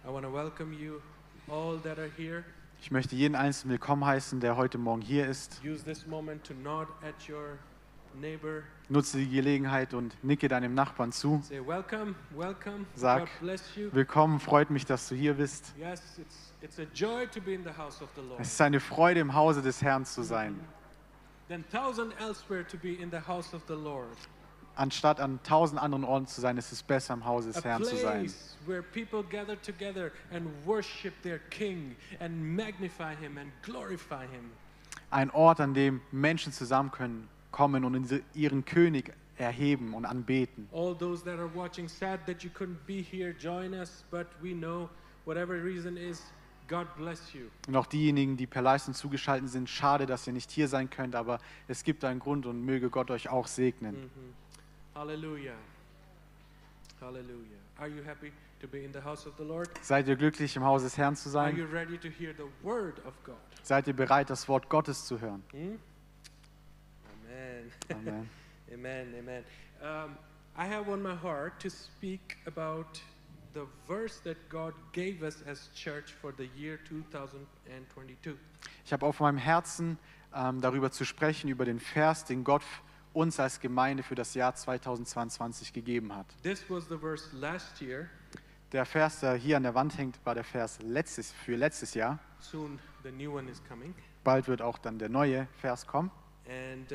I want to welcome you all that are here. Ich möchte jeden Einzelnen willkommen heißen, der heute Morgen hier ist. Use this moment to nod at your neighbor. Nutze die Gelegenheit und nicke deinem Nachbarn zu. Say welcome, welcome. Sag, God bless you. willkommen, freut mich, dass du hier bist. Yes, it's a joy to be in the house of the Lord. Es ist eine Freude, im Hause des Herrn zu sein. Than thousand elsewhere to be in the house of the Lord. Anstatt an 1000 anderen Orten zu sein, ist es besser, im Hause des A Herrn zu sein. place where people gather together and worship their King and magnify Him and glorify Him. Ein Ort, an dem Menschen kommen und ihren König erheben und anbeten. All those that are watching, sad that you couldn't be here, join us, but we know whatever reason is, God bless you. Und auch diejenigen, die per Leistung zugeschaltet sind, schade, dass ihr nicht hier sein könnt, aber es gibt einen Grund und möge Gott euch auch segnen. Hallelujah. Hallelujah. Are you happy to be in the house of the Lord? Seid ihr glücklich, im Haus des Herrn zu Are sein? you ready to hear the word of God? Seid ihr bereit, das Wort Gottes zu hören? Amen. Amen. Amen. Amen. I have on my heart to speak about the verse that God gave us as church for the year 2022. Ich habe auf meinem Herzen, darüber zu sprechen, über den Vers, den Gott uns als Gemeinde für das Jahr 2022 gegeben hat. This was the verse last year. Der Vers, der hier an der Wand hängt, war der Vers für letztes Jahr. Soon the new one is coming. Bald wird auch dann der neue Vers kommen. And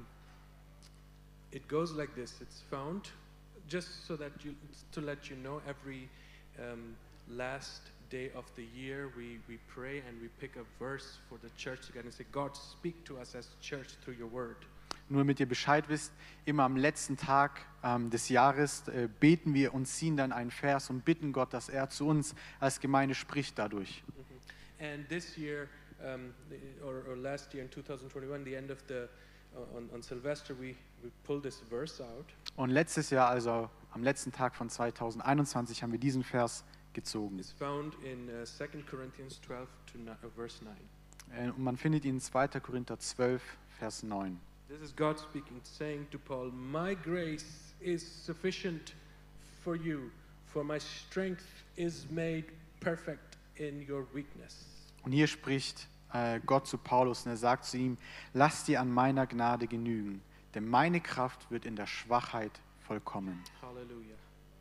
it goes like this. It's found, just so that to let you know, every last day of the year we pray and we pick a verse for the church together and say, God, speak to us as church through your word. Nur damit ihr Bescheid wisst, immer am letzten Tag des Jahres beten wir und ziehen dann einen Vers und bitten Gott, dass er zu uns als Gemeinde spricht dadurch. And this year, or last year in 2021, the end of the on Sylvester, we pulled this verse out. Und letztes Jahr, also am letzten Tag von 2021, haben wir diesen Vers gezogen. It's found in 2 Corinthians 12 verse 9. Und man findet ihn in 2. Korinther 12, Vers 9. This is God speaking, saying to Paul, my grace is sufficient for you, for my strength is made perfect in your weakness. Und hier spricht Gott zu Paulus und er sagt zu ihm, lass dir an meiner Gnade genügen, denn meine Kraft wird in der Schwachheit vollkommen. Hallelujah.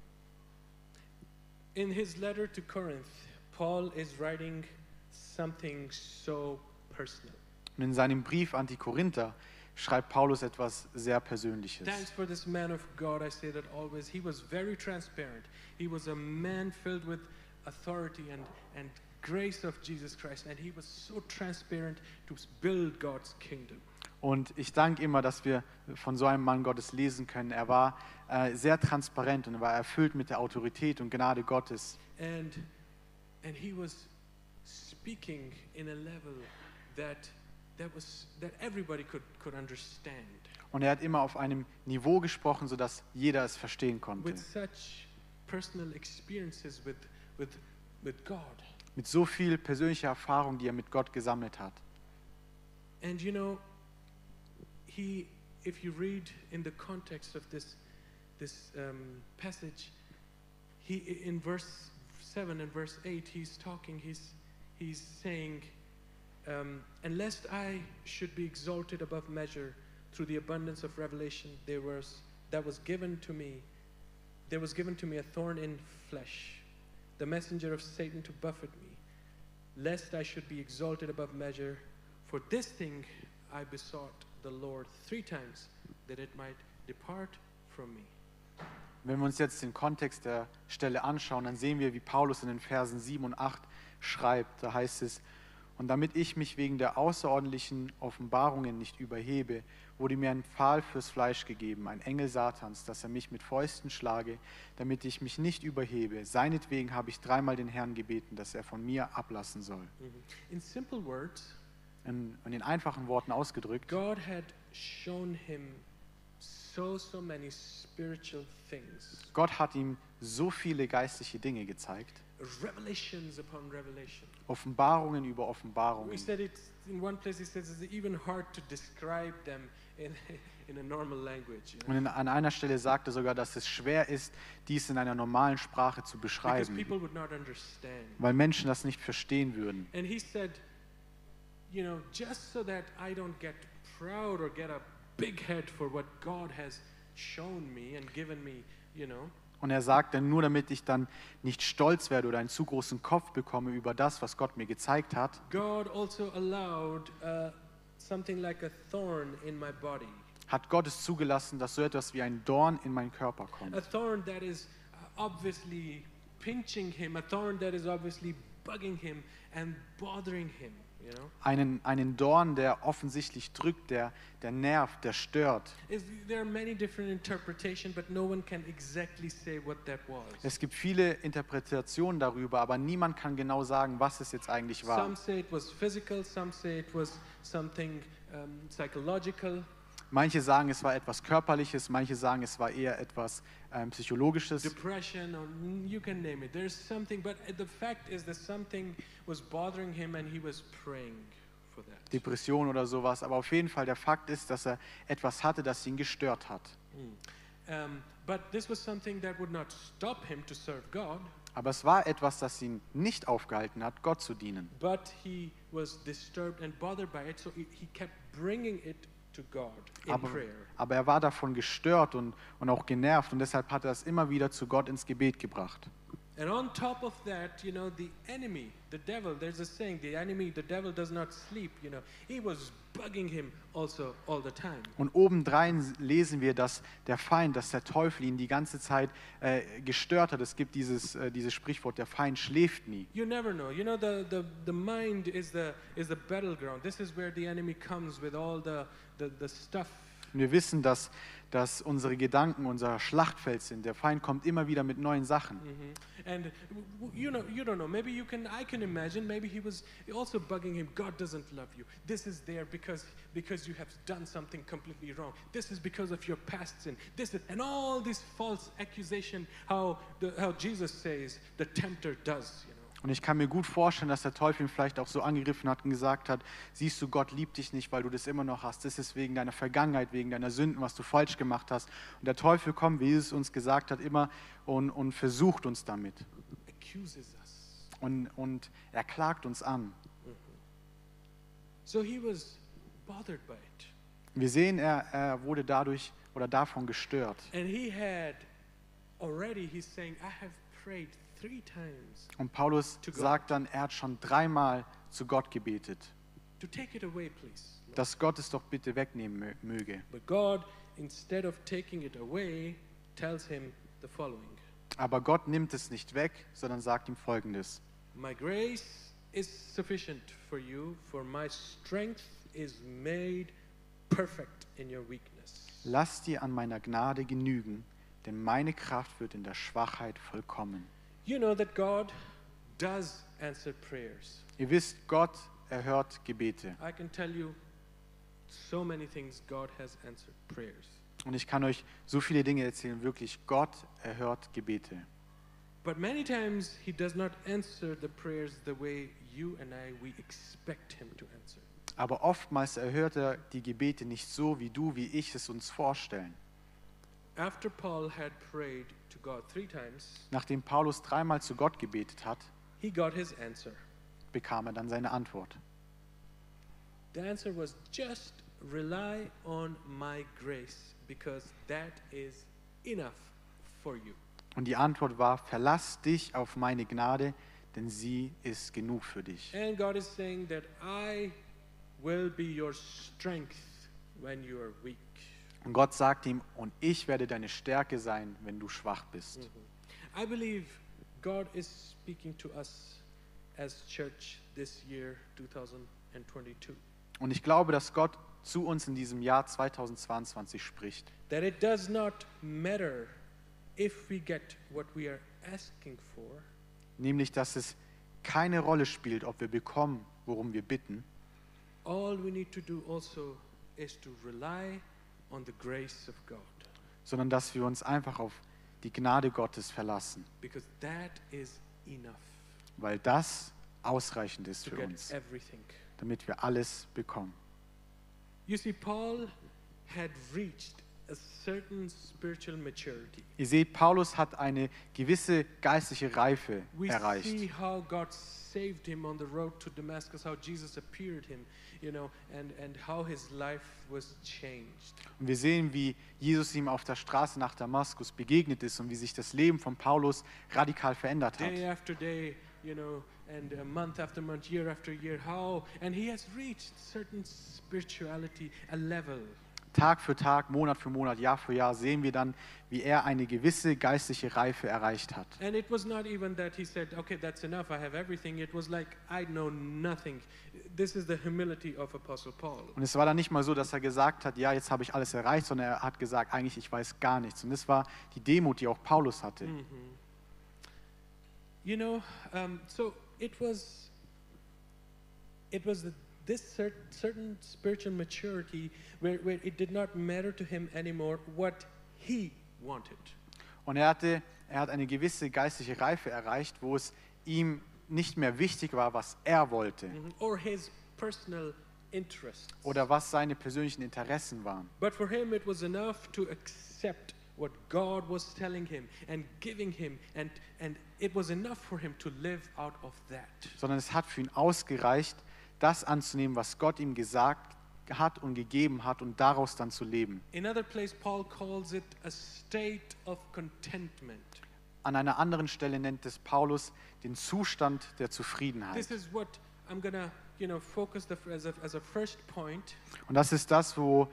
In his letter to Corinth, Paul is writing something so personal. Und in seinem Brief an die Korinther schreibt Paulus etwas sehr Persönliches. Thanks for this man of God, I say that always. He was very transparent. He was a man filled with authority and grace of Jesus Christ, and he was so transparent to build God's kingdom. Und ich danke immer, dass wir von so einem Mann Gottes lesen können. Er war sehr transparent und er war erfüllt mit der Autorität und Gnade Gottes. And he was speaking in a level that everybody could understand. Und er hat immer auf einem Niveau gesprochen, sodass jeder es verstehen konnte. With such personal experiences with God. Mit so viel persönlicher Erfahrung, die er mit Gott gesammelt hat. And you know, if you read in the context of this passage, in verse 7 and verse 8, he's saying, and lest I should be exalted above measure through the abundance of revelation, there was given to me a thorn in flesh, the messenger of Satan to buffet me, lest I should be exalted above measure. For this thing I besought the Lord 3 times, that it might depart from me. Wenn wir uns jetzt den Kontext der Stelle anschauen, dann sehen wir, wie Paulus in den Versen 7 und 8 schreibt. Da heißt es, und damit ich mich wegen der außerordentlichen Offenbarungen nicht überhebe, wurde mir ein Pfahl fürs Fleisch gegeben, ein Engel Satans, dass er mich mit Fäusten schlage, damit ich mich nicht überhebe. Seinetwegen habe ich 3-mal den Herrn gebeten, dass er von mir ablassen soll. In simple words, in den einfachen Worten ausgedrückt, God had shown him so many spiritual things. Gott hat ihm so viele geistliche Dinge gezeigt. Revelations upon revelation. Offenbarungen über Offenbarungen. We said it in one place. He says it's even hard to describe them in, in a normal language. You know? Und an einer Stelle sagt er sogar, dass es schwer ist, dies in einer normalen Sprache zu Because beschreiben, people would not understand. weil Menschen das nicht verstehen würden. And he said, you know, just so that I don't get proud or get a big head for what God has shown me and given me, you know. Und er sagt dann, nur damit ich dann nicht stolz werde oder einen zu großen Kopf bekomme über das, was Gott mir gezeigt hat, God also allowed something like a thorn in my body. hat Gott es zugelassen, dass so etwas wie ein Dorn in meinen Körper A kommt. thorn that is obviously pinching him, a thorn that is obviously bugging him and bothering him, you know. Einen Dorn, der offensichtlich drückt, der nervt, der stört. There are many different interpretations, but no one can exactly say what that was. Es gibt viele Interpretationen darüber, aber niemand kann genau sagen, was es jetzt eigentlich war. Some say it was physical, some say it was something psychological. Manche sagen, es war etwas Körperliches, manche sagen, es war eher etwas Psychologisches. Depression, or you can name it. There's something, but the fact is that something was bothering him and he was praying for that. Depression oder sowas. Aber auf jeden Fall, der Fakt ist, dass er etwas hatte, das ihn gestört hat. But this was something that would not stop him to serve God, Aber es war etwas, das ihn nicht aufgehalten hat, Gott zu dienen. but he was disturbed and bothered by it, so he kept bringing it to God in prayer. Aber er war davon gestört und auch genervt und deshalb hat er es immer wieder zu Gott ins Gebet gebracht. And on top of that, you know, the enemy, the devil, there's a saying, the enemy, the devil does not sleep, you know. He was bugging him also all the time. Und obendrein lesen wir, dass der Feind, dass der Teufel ihn die ganze Zeit gestört hat. Es gibt dieses Sprichwort, der Feind schläft nie. You never know. You know, the mind is the battleground. This is where the enemy comes with all the stuff. Und wir wissen, dass unsere Gedanken unser Schlachtfeld sind. Der Feind kommt immer wieder mit neuen Sachen. And you don't know. Maybe I can imagine. Maybe he was also bugging him. God doesn't love you. This is there because you have done something completely wrong. This is because of your past sin. And all this false accusation. How Jesus says the tempter does. You know. Und ich kann mir gut vorstellen, dass der Teufel ihn vielleicht auch so angegriffen hat und gesagt hat, siehst du, Gott liebt dich nicht, weil du das immer noch hast. Das ist wegen deiner Vergangenheit, wegen deiner Sünden, was du falsch gemacht hast. Und der Teufel kommt, wie Jesus uns gesagt hat, immer und versucht uns damit. Accuses us. Und er klagt uns an. So he was bothered by it. Wir sehen, er wurde dadurch oder davon gestört. And he's saying, I have prayed 3 times Und Paulus To God. sagt dann, er hat schon 3-mal zu Gott gebetet, to take it away, please. Lord. dass Gott es doch bitte wegnehmen möge. But God, instead of taking it away, tells him the following. Aber Gott nimmt es nicht weg, sondern sagt ihm Folgendes. My grace is sufficient for you, for my strength is made perfect in your weakness. Lass dir an meiner Gnade genügen, denn meine Kraft wird in der Schwachheit vollkommen. You know that God does answer prayers. Ihr wisst, Gott erhört Gebete. I can tell you so many things God has answered prayers. Und ich kann euch so viele Dinge erzählen, wirklich, Gott erhört Gebete. But many times he does not answer the prayers the way you and we expect him to answer. Aber oftmals erhört er die Gebete nicht so, wie du, wie ich es uns vorstellen. After Paul had prayed to God 3 times, Nachdem Paulus 3-mal zu Gott gebetet hat, he got his answer. bekam er dann seine Antwort. The answer was just rely on my grace because that is enough for you. Und die Antwort war, verlass dich auf meine Gnade, denn sie ist genug für dich. And God is saying that I will be your strength when you are weak. Und Gott sagt ihm, und ich werde deine Stärke sein, wenn du schwach bist. I believe God is speaking to us as church this year 2022. Und ich glaube, dass Gott zu uns in diesem Jahr 2022 spricht. That it does not matter if we get what we are asking for, Nämlich, dass es keine Rolle spielt, ob wir bekommen, worum wir bitten, all we need to do also is to rely on the grace of God, sondern dass wir uns einfach auf die Gnade Gottes verlassen, because that is enough weil das ausreichend ist to für get uns, everything. damit wir alles bekommen. You see, Paul, had reached a certain spiritual maturity. Ihr seht, Paulus hat eine gewisse geistliche Reife We erreicht. see how God saved him on the road to Damascus, how Jesus appeared him, and how his life was changed. Und wir sehen, wie Jesus ihm auf der Straße nach Damaskus begegnet ist und wie sich das Leben von Paulus radikal verändert hat. Day after day, and month after month, year after year, and he has reached certain spirituality, a level. Tag für Tag, Monat für Monat, Jahr für Jahr sehen wir dann, wie er eine gewisse geistliche Reife erreicht hat. And it was not even that he said, okay, that's enough, I have everything. It was like, I know nothing. This is the humility of Apostle Paul. Und es war dann nicht mal so, dass er gesagt hat, ja, jetzt habe ich alles erreicht, sondern er hat gesagt, eigentlich, ich weiß gar nichts. Und das war die Demut, die auch Paulus hatte. So it was this certain spiritual maturity where it did not matter to him anymore what he wanted. Und er hat eine gewisse geistliche Reife erreicht, wo es ihm nicht mehr wichtig war, was er wollte Or his personal interests. oder was seine persönlichen Interessen waren. But for him it was enough to accept what God was telling him and giving him, and it was enough for him to live out of that. Sondern es hat für ihn ausgereicht, das anzunehmen, was Gott ihm gesagt hat und gegeben hat und daraus dann zu leben. In other place Paul calls it a state of contentment. An einer anderen Stelle nennt es Paulus den Zustand der Zufriedenheit. This is what I'm gonna, focus as a first point. Und das ist das,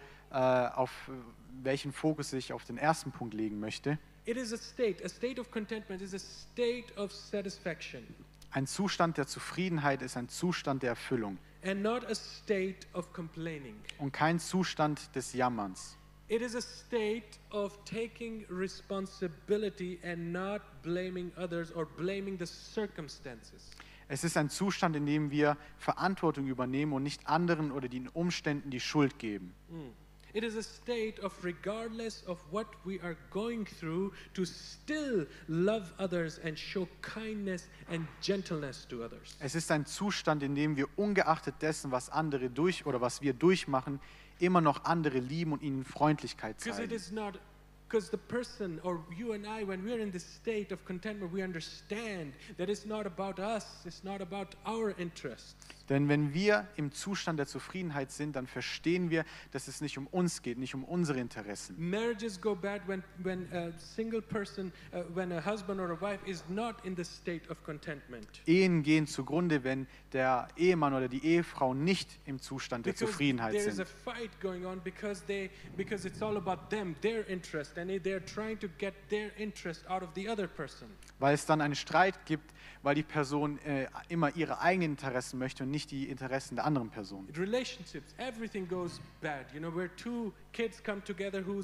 auf welchen Fokus ich auf den ersten Punkt legen möchte. It is a state of contentment is a state of satisfaction, Ein Zustand der Zufriedenheit ist ein Zustand der Erfüllung and not a state of complaining. und kein Zustand des Jammerns. It is a state of taking responsibility and not blaming others or blaming the circumstances. Es ist ein Zustand, in dem wir Verantwortung übernehmen und nicht anderen oder den Umständen die Schuld geben. It is a state of, regardless of what we are going through, to still love others and show kindness and gentleness to others. Es ist ein Zustand, in dem wir ungeachtet dessen, was andere was wir durchmachen, immer noch andere lieben und ihnen Freundlichkeit Because it zeigen. is not, because the person or you and I, when we're in this state of contentment, we understand that it's not about us, it's not about our interests. Denn wenn wir im Zustand der Zufriedenheit sind, dann verstehen wir, dass es nicht um uns geht, nicht um unsere Interessen. Marriages go bad when a single person, when a husband or a wife is not in the state of contentment. Ehen gehen zugrunde, wenn der Ehemann oder die Ehefrau nicht im Zustand der Because Zufriedenheit there is a sind. fight going on because it's all about them, their interest, and they're trying to get their interest out of the other person. Weil es dann einen Streit gibt, weil die Person immer ihre eigenen Interessen möchte und nicht die Interessen der anderen Person. Relationships, everything goes bad. Where two kids come together who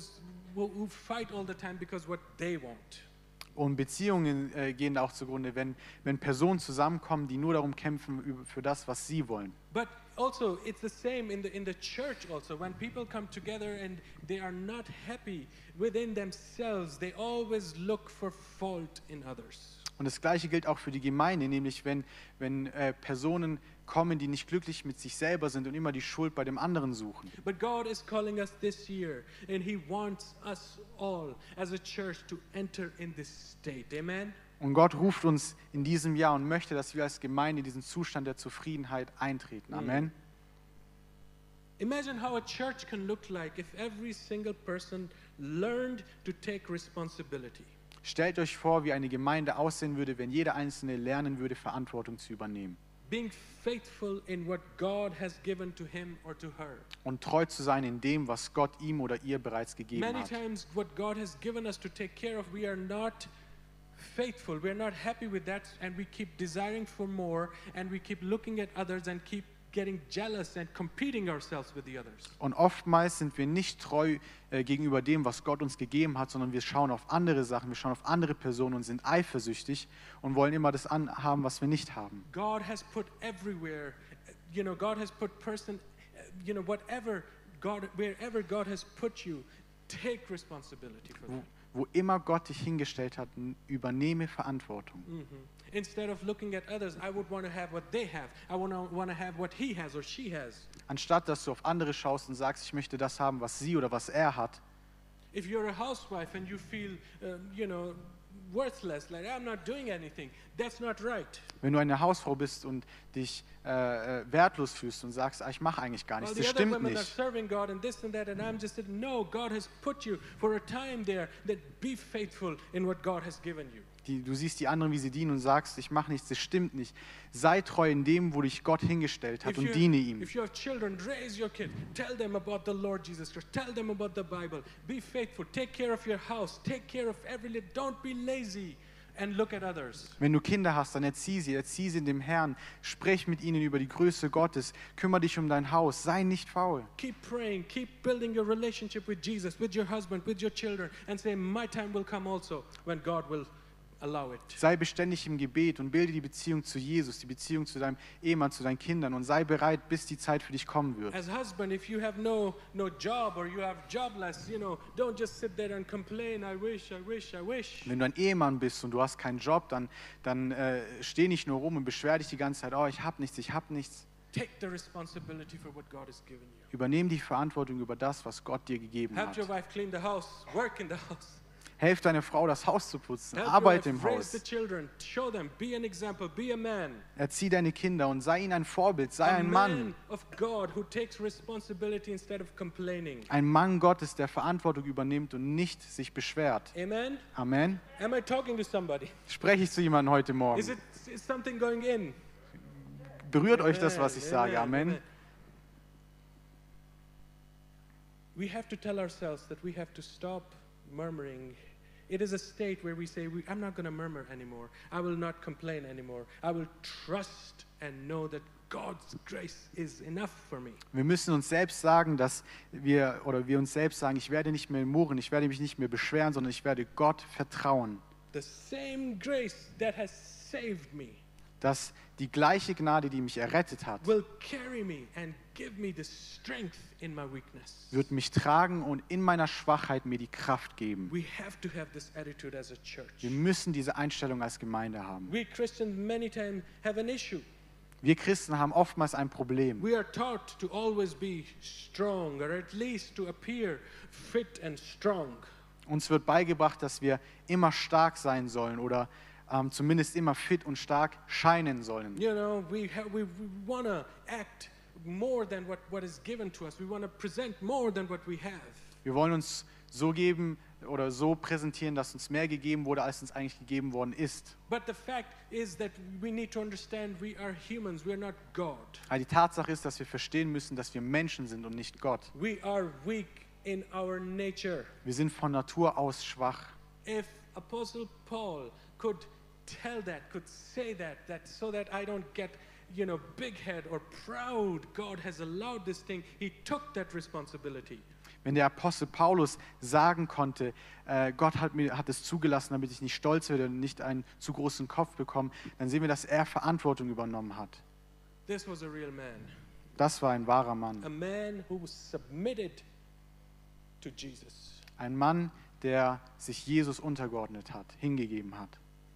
fight all the time because what they want. Und Beziehungen gehen auch zugrunde, wenn Personen zusammenkommen, die nur darum kämpfen für das, was sie wollen. But also, it's the same in the church also. When people come together and they are not happy within themselves, they always look for fault in others. Und das Gleiche gilt auch für die Gemeinde, nämlich wenn Personen kommen, die nicht glücklich mit sich selber sind und immer die Schuld bei dem anderen suchen. But God is calling us this year, and He wants us all as a church to enter in this state. Amen? Und Gott ruft uns in diesem Jahr und möchte, dass wir als Gemeinde in diesen Zustand der Zufriedenheit eintreten. Amen. Imagine how a church can look like if every single person learned to take responsibility. Stellt euch vor, wie eine Gemeinde aussehen würde, wenn jeder Einzelne lernen würde, Verantwortung zu übernehmen. Being faithful in what God has given to him or to her. Und treu zu sein in dem, was Gott ihm oder ihr bereits gegeben Many hat. times what God has given us to take care of, we are not faithful. We are not happy with that, and we keep desiring for more, and we keep looking at others and keep getting jealous and competing ourselves with the others. Und oftmals sind wir nicht treu gegenüber dem, was Gott uns gegeben hat, sondern wir schauen auf andere Sachen, wir schauen auf andere Personen und sind eifersüchtig und wollen immer das haben, was wir nicht haben. God has put everywhere, God has put wherever God has put you, take responsibility for that. Wo immer Gott dich hingestellt hat, übernehme Verantwortung. Instead of looking at others, I would want to have what they have. I want to have what he has or she has. Anstatt dass du auf andere schaust und sagst, ich möchte das haben, was sie oder was er hat. If you're a housewife and you feel, worthless, like I'm not doing anything, that's not right. Wenn du eine Hausfrau bist und dich wertlos fühlst und sagst, ich mache eigentlich gar nichts, Well, das the other stimmt women are nicht. serving God and this and that, and I'm just saying, no, God has put you for a time there. That be faithful in what God has given you. Du siehst die anderen, wie sie dienen und sagst, ich mache nichts, das stimmt nicht. Sei treu in dem, wo dich Gott hingestellt hat und diene ihm. If you have children, raise your kid. Tell them about the Lord Jesus Christ. Tell them about the Bible. Be faithful. Take care of your house. Take care of every little. Don't be lazy and look at others. Wenn du Kinder hast, dann erzieh sie in dem Herrn. Sprech mit ihnen über die Größe Gottes. Kümmere dich um dein Haus. Sei nicht faul. Keep praying. Keep building your relationship with Jesus, with your husband, with your children, and say, my time will come also when God will allow it. Sei beständig im Gebet und bilde die Beziehung zu Jesus, die Beziehung zu deinem Ehemann, zu deinen Kindern und sei bereit, bis die Zeit für dich kommen wird. As husband, if you have no job or you have jobless, don't just sit there and complain, I wish. Wenn du ein Ehemann bist und du hast keinen Job, dann steh nicht nur rum und beschwer dich die ganze Zeit, ich hab nichts. Take the responsibility for what God has given you. Übernehm die Verantwortung über das, was Gott dir gegeben Help hat. your wife clean the house, work in the house. Helf deiner Frau, das Haus zu putzen, Help your arbeite wife im raise the Haus. children, show them, be an example, be a man. Erzieh deine Kinder und sei ihnen ein Vorbild, sei A ein man Mann. of God who takes responsibility instead of complaining. Ein Mann Gottes, der Verantwortung übernimmt und nicht sich beschwert. Amen? Amen. Am I talking to somebody? Spreche ich zu jemandem heute Is Morgen? is something going in? Berührt euch das, was ich sage? Amen. We have to tell ourselves that we have to stop murmuring. It is a state where we say, I'm not going to murmur anymore. I will not complain anymore. I will trust and know that God's grace is enough for me. Wir müssen uns selbst sagen, wir uns selbst sagen, ich werde nicht mehr murren, ich werde mich nicht mehr beschweren, sondern ich werde Gott vertrauen. The same grace that has saved me Dass die gleiche Gnade, die mich errettet hat, will carry me and give me the strength in my weakness. wird mich tragen und in meiner Schwachheit mir die Kraft geben. We have to have this attitude as a church. Wir müssen diese Einstellung als Gemeinde haben. We Christians many times have an issue. Wir Christen haben oftmals ein Problem. We are taught to always be strong, or at least to appear fit and strong. Uns wird beigebracht, dass wir immer stark sein sollen oder zumindest immer fit und stark scheinen sollen. We want to act more than what is given to us. We want to present more than what we have. Wir wollen uns so geben oder so präsentieren, dass uns mehr gegeben wurde, als uns eigentlich gegeben worden ist. But the fact is that we need to understand we are humans, we are not God. Aber die Tatsache ist, dass wir verstehen müssen, dass wir Menschen sind und nicht Gott. We are weak in our nature. Wir sind von Natur aus schwach. If Apostle Paul could tell that, could say that so that I don't get, big head or proud, God has allowed this thing. He took that responsibility. Wenn der Apostel Paulus sagen konnte, Gott hat es zugelassen, damit ich nicht stolz werde und nicht einen zu großen Kopf bekomme, dann sehen wir, dass er Verantwortung übernommen hat. This was a real man. Das war ein wahrer Mann. A man who was submitted to Jesus. Ein Mann, der sich Jesus untergeordnet hat, hingegeben hat.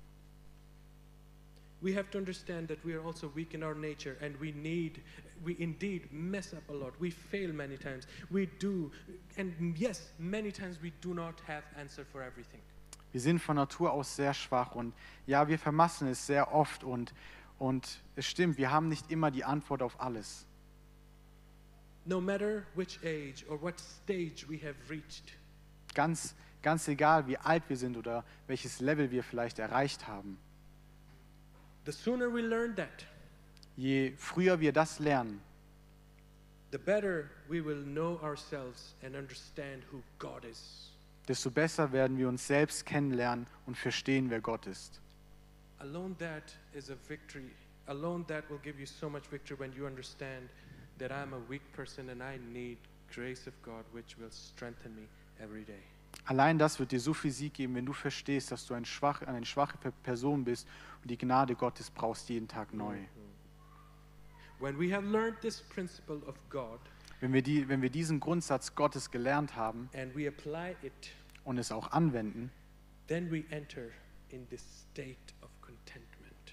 We have to understand that we are also weak in our nature and we indeed mess up a lot. We fail many times. We do, and yes, many times we do not have answer for everything. Wir sind von Natur aus sehr schwach und ja, wir vermassen es sehr oft und es stimmt, wir haben nicht immer die Antwort auf alles. No matter which age or what stage we have reached, Ganz egal, wie alt wir sind oder welches Level wir vielleicht erreicht haben. the sooner we learn that, Je früher wir das lernen, the better we will know ourselves and understand who God is. desto besser werden wir uns selbst kennenlernen und verstehen, wer Gott ist. Alone that is a victory. Alone that will give you so much victory when you understand that I'm a weak person and I need grace of God which will strengthen me every day. Allein das wird dir so viel Sieg geben, wenn du verstehst, dass du eine schwache Person bist und die Gnade Gottes brauchst jeden Tag neu. When we have learned this principle of God Wenn wir diesen Grundsatz Gottes gelernt haben and we apply it, und es auch anwenden, then we enter in this state of contentment.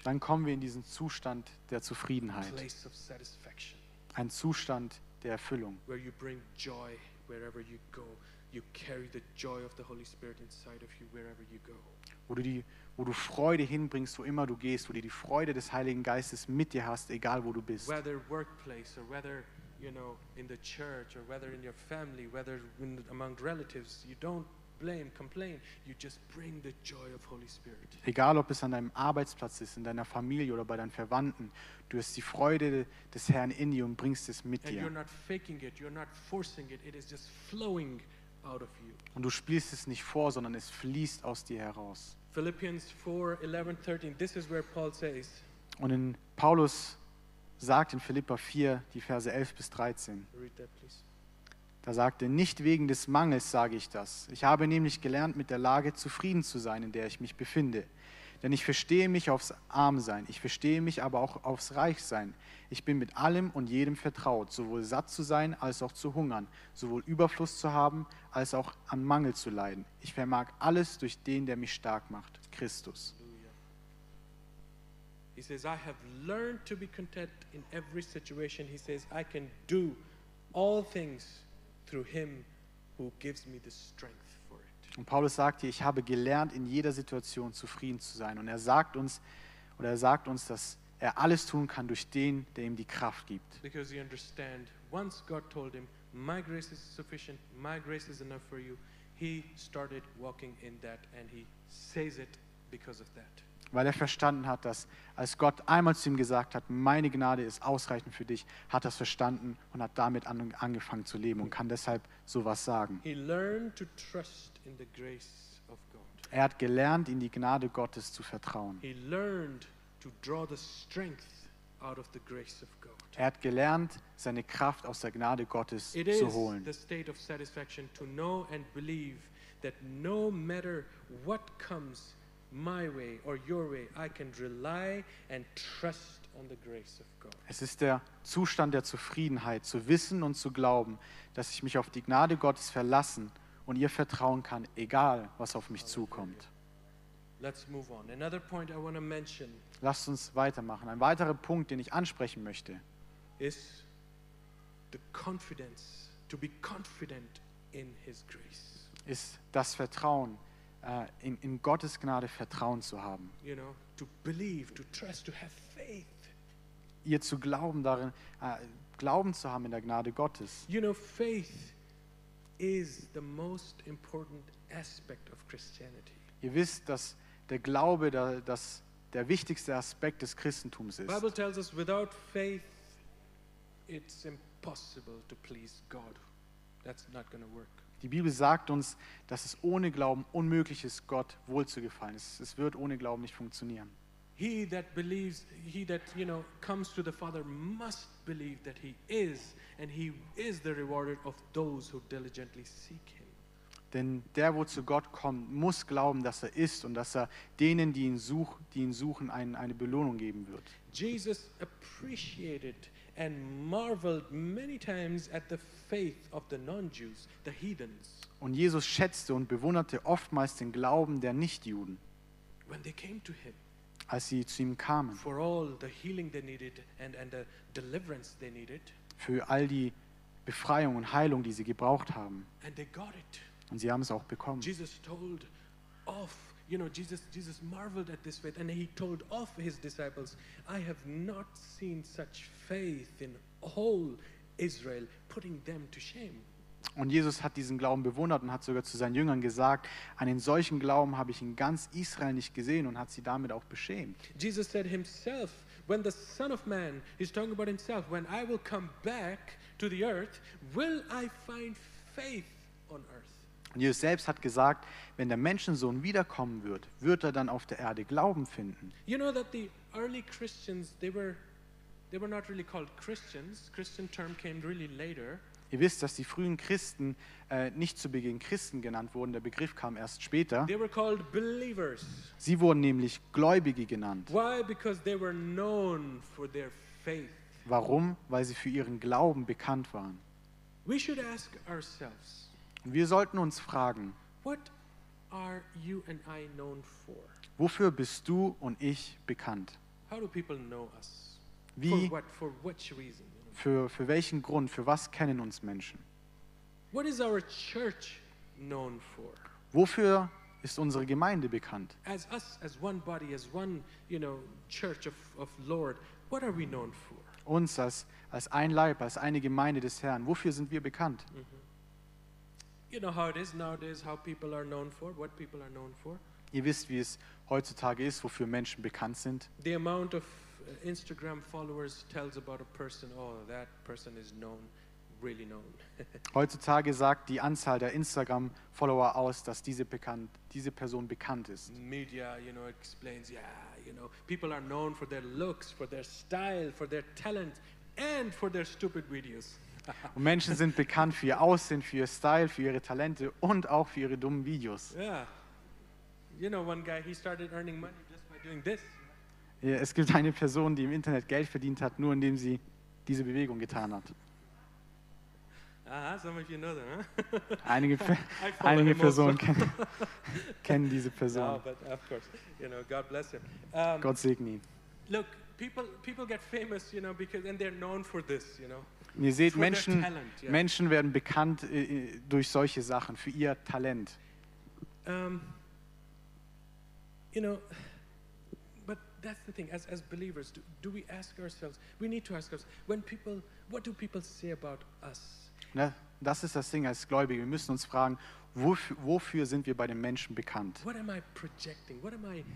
dann kommen wir in diesen Zustand der a Zufriedenheit, place of satisfaction, ein Zustand der Erfüllung, where you bring joy wherever you go. You carry the joy of the Holy Spirit inside of you wherever you go. wo du Freude hinbringst, wo immer du gehst, wo du die Freude des Heiligen Geistes mit dir hast, egal wo du bist. Whether workplace or whether, in the church or whether in your family, whether among relatives, you don't blame, complain. You just bring the joy of Holy Spirit. Egal, ob es an deinem Arbeitsplatz ist, in deiner Familie oder bei deinen Verwandten, du hast die Freude des Herrn in dir und bringst es mit And you're dir. not faking it, you're not forcing it, it is just flowing out of you. Und du spielst es nicht vor, sondern es fließt aus dir heraus. Philippians 4, 11, 13, this is where Paul says, Und in Paulus sagt in Philipper 4, die Verse 11 bis 13, read that please. da sagt er, nicht wegen des Mangels sage ich das. Ich habe nämlich gelernt, mit der Lage zufrieden zu sein, in der ich mich befinde. Denn ich verstehe mich aufs Armsein, ich verstehe mich aber auch aufs Reichsein. Ich bin mit allem und jedem vertraut, sowohl satt zu sein als auch zu hungern, sowohl Überfluss zu haben als auch an Mangel zu leiden. Ich vermag alles durch den, der mich stark macht, Christus. Hallelujah. He says, I have learned to be content in every situation. He says, I can do all things through him who gives me the strength for it. Und Paulus sagt hier, ich habe gelernt, in jeder Situation zufrieden zu sein. Und er sagt uns, dass er alles tun kann durch den, der ihm die Kraft gibt. Because you understand, once God told him, my grace is sufficient, my grace is enough for you, he started walking in that and he says it because of that. Weil er verstanden hat, dass als Gott einmal zu ihm gesagt hat, meine Gnade ist ausreichend für dich, hat er es verstanden und hat damit angefangen zu leben und kann deshalb sowas sagen. He learned to trust in the grace of God. Er hat gelernt, in die Gnade Gottes zu vertrauen. He learned to draw the strength out of the grace of God. Er hat gelernt, seine Kraft aus der Gnade Gottes It is zu holen. the state of satisfaction to know and believe that no matter what comes my way or your way, I can rely and trust on the grace of God. Es ist der Zustand der Zufriedenheit, zu wissen und zu glauben, dass ich mich auf die Gnade Gottes verlassen und ihr vertrauen kann, egal was auf mich zukommt. Let's move on. Another point I want to mention Lasst uns weitermachen. Ein weiterer Punkt, den ich ansprechen möchte, is the confidence, to be confident in His grace. ist das Vertrauen, in Gottes Gnade Vertrauen zu haben. To believe, to trust, to have faith. Ihr zu glauben darin, Glauben zu haben in der Gnade Gottes. Faith is the most important aspect of Christianity. Ihr wisst, dass der Glaube der wichtigste Aspekt des Christentums The ist. Bible tells us without faith, it's impossible to please God. That's not going to work. Die Bibel sagt uns, dass es ohne Glauben unmöglich ist, Gott wohlzugefallen. Es wird ohne Glauben nicht funktionieren. He that believes, he that comes to the Father must believe that He is, and He is the rewarder of those who diligently seek Him. Denn der, wo zu Gott kommt, muss glauben, dass er ist und dass er denen, die ihn suchen, eine Belohnung geben wird. Jesus appreciated and marveled many times at the faith of the non-Jews, the heathens. Und Jesus schätzte und bewunderte oftmals den Glauben der Nichtjuden, When they came to Him als sie zu ihm kamen, for all the healing they needed and the deliverance they needed, für all die Befreiung und Heilung, die sie gebraucht haben. and they got it. Und sie haben es auch bekommen. Jesus told off, Jesus marveled at this faith, and He told off His disciples, I have not seen such faith in all Israel, putting them to shame. Und Jesus hat diesen Glauben bewundert und hat sogar zu seinen Jüngern gesagt, einen solchen Glauben habe ich in ganz Israel nicht gesehen, und hat sie damit auch beschämt. Jesus said Himself, when the Son of Man, He's talking about Himself, when I will come back to the earth, will I find faith on earth? Und Jesus selbst hat gesagt, wenn der Menschensohn wiederkommen wird, wird er dann auf der Erde Glauben finden. You know that the early Christians, they were not really called Christians. Christian term came really later. Ihr wisst, dass die frühen Christen nicht zu Beginn Christen genannt wurden, der Begriff kam erst später. They were called believers. Sie wurden nämlich Gläubige genannt. Why? Because they were known for their faith. Warum? Weil sie für ihren Glauben bekannt waren. We should ask ourselves, Und wir sollten uns fragen, what are you and I known for? wofür bist du und ich bekannt? How do people know us? Wie, For which reason? You know? für welchen Grund, für was kennen uns Menschen? What is our church known for? Wofür ist unsere Gemeinde bekannt? As us, as one body, as one, church of Lord, what are we known for? Uns als ein Leib, als eine Gemeinde des Herrn. Wofür sind wir bekannt? You know how it is nowadays, how people are known for, what people are known for. Ihr wisst, wie es heutzutage ist, wofür Menschen bekannt sind. The amount of Instagram followers tells about a person, oh, that person is known, really known. Heutzutage sagt die Anzahl der Instagram-Follower aus, dass diese Person bekannt ist. Media, explains, people are known for their looks, for their style, for their talent, and for their stupid videos. Und Menschen sind bekannt für ihr Aussehen, für ihr Style, für ihre Talente und auch für ihre dummen Videos. Yeah. One guy, he started earning money just by doing this. Ja, es gibt eine Person, die im Internet Geld verdient hat, nur indem sie diese Bewegung getan hat. Some of you know them, huh? Einige him Personen also. kennen diese No, Person. but of course, God bless him. Gott segne ihn. Look, people get famous, because and they're known for this, Und ihr seht, For their talent, yeah. Menschen werden bekannt durch solche Sachen, für ihr Talent. But that's the thing. As believers, do we ask ourselves? We need to ask ourselves: what do people say about us? Das ist das Ding als Gläubige. Wir müssen uns fragen, wofür sind wir bei den Menschen bekannt? What am I projecting? What am I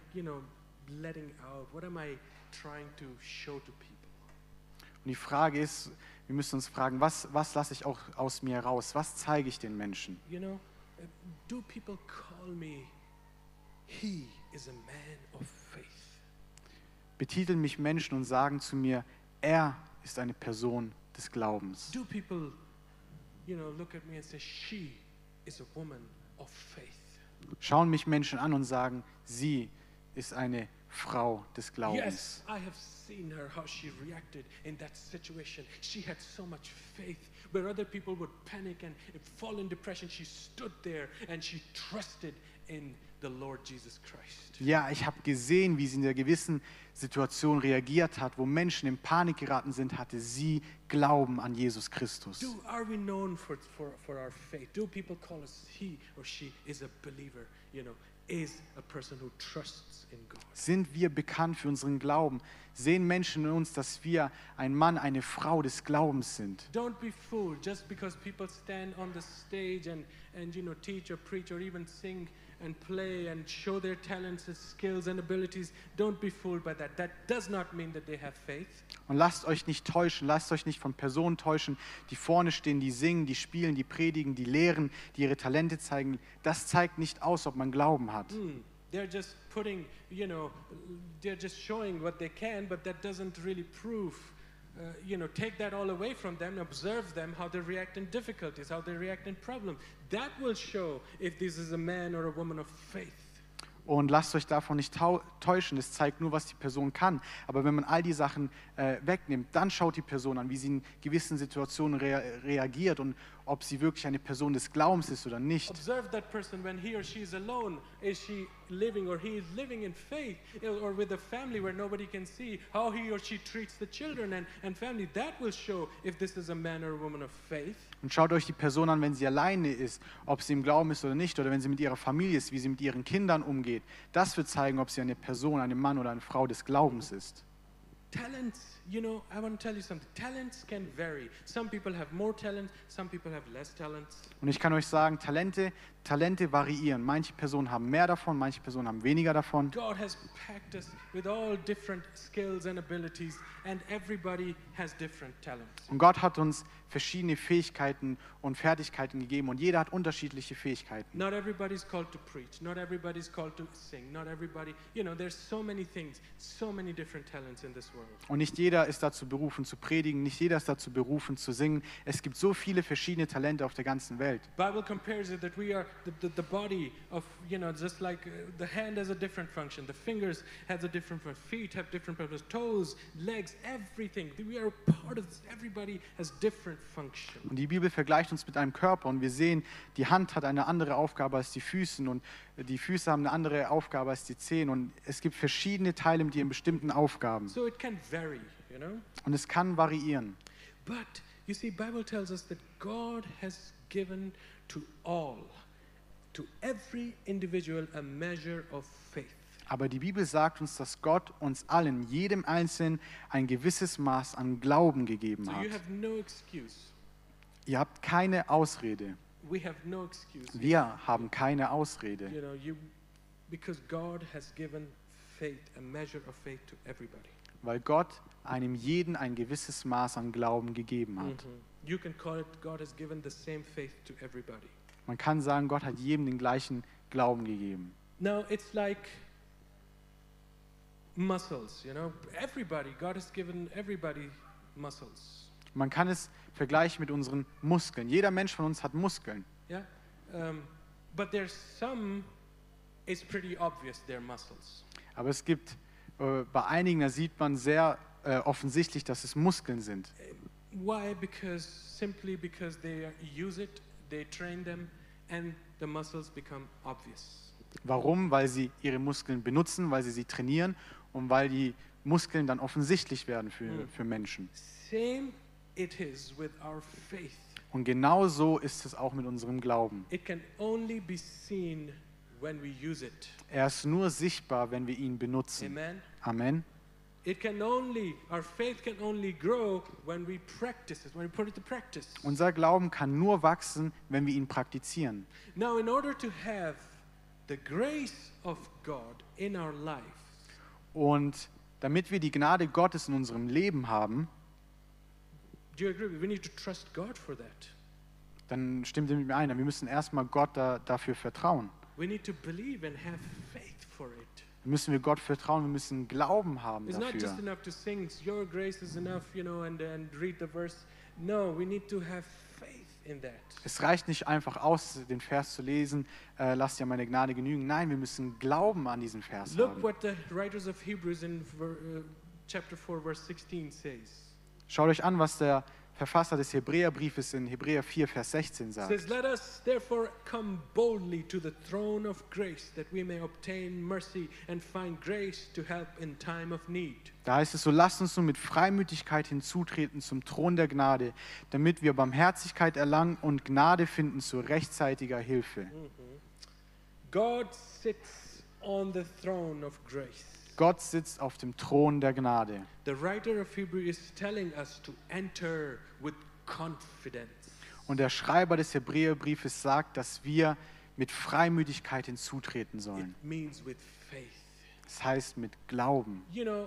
letting out? What am I trying to show to people? Und die Frage ist, wir müssen uns fragen, was lasse ich auch aus mir raus? Was zeige ich den Menschen? Do people call me? He is a man of faith. Betiteln mich Menschen und sagen zu mir, er ist eine Person des Glaubens. Do people, look at me and say, she is a woman of faith? Schauen mich Menschen an und sagen, sie ist eine Frau des Glaubens. Yes, I have seen her, how she reacted in that situation. She had so much faith. Where other people would panic and fall in depression, she stood there and she trusted in the Lord Jesus Christ. Ja, ich habe gesehen, wie sie in der gewissen Situation reagiert hat, wo Menschen in Panik geraten sind, hatte sie Glauben an Jesus Christus. Are we known for our faith? Do people call us he or she is a believer? Is a person who trusts in God. Sind wir bekannt für unseren Glauben? Sehen Menschen in uns, dass wir ein Mann, eine Frau des Glaubens sind? Don't be fooled just because people stand on the stage and teach or preach or even sing and play and show their talents and skills and abilities. Don't be fooled by that. That does not mean that they have faith. Und lasst euch nicht täuschen, lasst euch nicht von Personen täuschen, die vorne stehen, die singen, die spielen, die predigen, die lehren, die ihre Talente zeigen. Das zeigt nicht aus, ob man Glauben hat. They're just putting, they're just showing what they can, but that doesn't really prove. Take that all away from them, observe them, how they react in difficulties, how they react in problems. That will show if this is a man or a woman of faith. Und lasst euch davon nicht täuschen, es zeigt nur, was die Person kann. Aber wenn man all die Sachen wegnimmt, dann schaut die Person an, wie sie in gewissen Situationen reagiert und ob sie wirklich eine Person des Glaubens ist oder nicht. Observe that person when he or she is alone. Is she living or he is living in faith? Or with a family where nobody can see how he or she treats the children and family. That will show if this is a man or a woman of faith. Und schaut euch die Person an, wenn sie alleine ist, ob sie im Glauben ist oder nicht, oder wenn sie mit ihrer Familie ist, wie sie mit ihren Kindern umgeht. Das wird zeigen, ob sie eine Person, ein Mann oder eine Frau des Glaubens ist. Talents, I want to tell you something. Talents can vary. Some people have more talent, some people have less talents. Und ich kann euch sagen, Talente variieren. Manche Personen haben mehr davon, manche Personen haben weniger davon. God has packed us with all different skills and abilities, and everybody has different talents. Und Gott hat uns verschiedene Fähigkeiten und Fertigkeiten gegeben und jeder hat unterschiedliche Fähigkeiten. Not everybody's called to preach. Not everybody's called to sing. Not everybody, there's so many things, so many different talents in this world. Und nicht jeder ist dazu berufen zu predigen, nicht jeder ist dazu berufen zu singen. Es gibt so viele verschiedene Talente auf der ganzen Welt. Bible compares it that we are the body of, just like the hand has a different function, the fingers has a different function, feet have different functions, toes, legs, everything. We are part of this. Everybody has different functions. Und die Bibel vergleicht uns mit einem Körper und wir sehen, die Hand hat eine andere Aufgabe als die Füße und die Füße haben eine andere Aufgabe als die Zehen und es gibt verschiedene Teile mit ihren bestimmten Aufgaben. So it can vary, Und es kann variieren. But you see, Bible tells us that God has given to all, to every individual, a measure of faith. Aber die Bibel sagt uns, dass Gott uns allen, jedem Einzelnen, ein gewisses Maß an Glauben gegeben So hat. you have no excuse. Ihr habt keine Ausrede. We have no excuse. Wir haben keine Ausrede. Because God has given faith, a measure of faith to everybody. Weil Gott einem jeden ein gewisses Maß an Glauben gegeben hat. You can call it God has given the same faith to everybody. Man kann sagen, Gott hat jedem den gleichen Glauben gegeben. Now it's like muscles, Everybody, God has given everybody muscles. Man kann es vergleichen mit unseren Muskeln. Jeder Mensch von uns hat Muskeln. Yeah, but there's some. It's pretty obvious they're muscles. Aber es gibt bei einigen, da sieht man sehr offensichtlich, dass es Muskeln sind. Why? Simply because they use it, they train them, and the muscles become obvious. Warum? Weil sie ihre Muskeln benutzen, weil sie sie trainieren und weil die Muskeln dann offensichtlich werden für Menschen. Same it is with our faith. Und genau so ist es auch mit unserem Glauben. It can only be seen when we use it. Er ist nur sichtbar, wenn wir ihn benutzen. Amen. Amen. Our faith can only grow when we practice it, when we put it to practice. Unser Glauben kann nur wachsen, wenn wir ihn praktizieren. Now, in order to have the grace of God in our life, und damit wir die Gnade Gottes in unserem Leben haben, do you agree? We need to trust God for that. Dann stimmt ihr mit mir ein. Wir müssen erstmal Gott dafür vertrauen. We need to believe and have faith for it. Dann müssen wir Gott vertrauen, wir müssen Glauben haben It's not just dafür. enough to sing, your grace is enough, and read the verse. No, we need to have faith in that. Es reicht nicht einfach aus, den Vers zu lesen, lasst ja meine Gnade genügen. Nein, wir müssen Glauben an diesen Vers Look haben. what the writers of Hebrews in chapter 4, verse 16 says. Schaut euch an, was der Verfasser des Hebräerbriefes in Hebräer 4, Vers 16 It sagt. says, let us therefore come boldly to the throne of grace, that we may obtain mercy and find grace to help in time of need. Da heißt es so, lasst uns nun mit Freimütigkeit hinzutreten zum Thron der Gnade, damit wir Barmherzigkeit erlangen und Gnade finden zu rechtzeitiger Hilfe. God sits on the throne of grace. Gott sitzt auf dem Thron der Gnade. The writer of Hebrew is telling us to enter with confidence. Und der Schreiber des Hebräerbriefes sagt, dass wir mit Freimütigkeit hinzutreten It sollen. means with faith. Das heißt mit Glauben.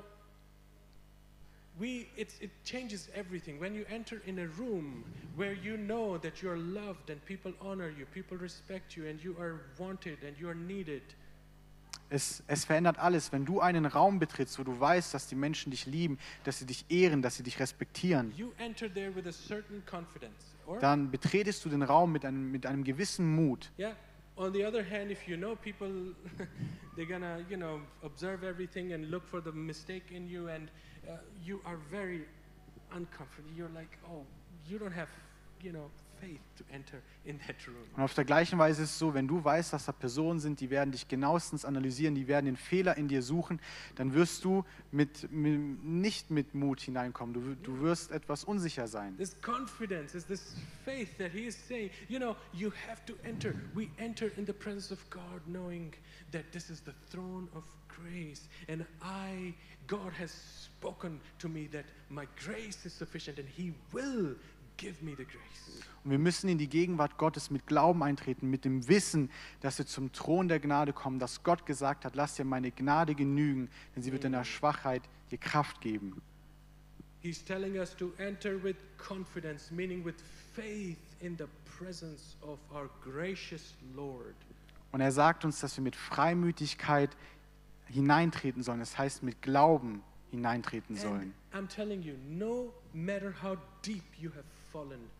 It changes everything. When you enter in a room where you know that you're loved and people honor you, people respect you, and you are wanted and you are needed. Es verändert alles, wenn du einen Raum betrittst, wo du weißt, dass die Menschen dich lieben, dass sie dich ehren, dass sie dich respektieren. You enter there with a certain confidence. Or? Dann betretest du den Raum mit einem gewissen Mut. Yeah. On the other hand, if you know people, they're gonna, observe everything and look for the mistake in you, and you are very uncomfortable. You're like, oh, you don't have, faith to enter in that room. Und auf der gleichen Weise ist es so, wenn du weißt, dass da Personen sind, die werden dich genauestens analysieren, die werden den Fehler in dir suchen, dann wirst du nicht mit Mut hineinkommen. Du wirst etwas unsicher sein. This confidence is this faith that he is saying, you have to enter. We enter in the presence of God knowing that this is the throne of grace, and God has spoken to me that my grace is sufficient and he will give me the grace. Und wir müssen in die Gegenwart Gottes mit Glauben eintreten, mit dem Wissen, dass wir zum Thron der Gnade kommen, dass Gott gesagt hat, lass dir meine Gnade genügen, denn sie wird in der Schwachheit dir Kraft geben. He's telling us to enter with confidence, meaning with faith in the presence of our gracious Lord. Und er sagt uns, dass wir mit Freimütigkeit hineintreten sollen, das heißt mit Glauben hineintreten sollen. And I'm telling you, no matter how deep you have fallen,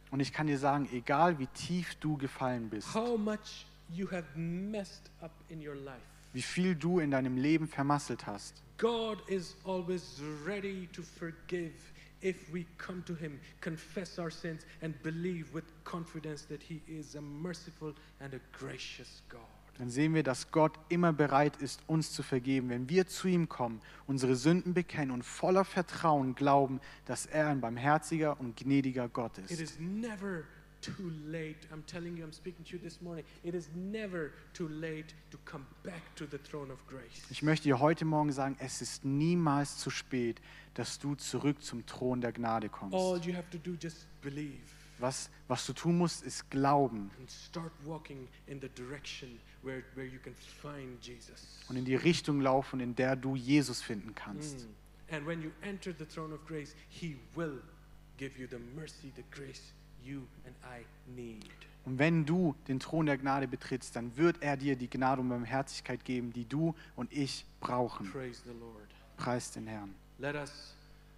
Und ich kann dir sagen, egal wie tief du gefallen bist, how much you have messed up in your life, wie viel du in deinem Leben vermasselt hast, God is always ready to forgive if we come to Him, confess our sins, and believe with confidence that He is a merciful and a gracious God. dann sehen wir, dass Gott immer bereit ist, uns zu vergeben, wenn wir zu ihm kommen, unsere Sünden bekennen und voller Vertrauen glauben, dass er ein barmherziger und gnädiger Gott It ist. is never too late. I'm telling you, I'm speaking to you this morning. It is never too late to come back to the throne of grace. Ich möchte dir heute Morgen sagen, es ist niemals zu spät, dass du zurück zum Thron der Gnade All kommst. you have to do, just believe Was du tun musst, ist glauben and start walking in the direction where you can find Jesus. und in die Richtung laufen, in der du Jesus finden kannst. And when you enter the throne of grace, He will give you the mercy, the grace you and I need. Und wenn du den Thron der Gnade betrittst, dann wird er dir die Gnade und Barmherzigkeit geben, die du und ich brauchen. Praise the Lord. Preis den Herrn. Let us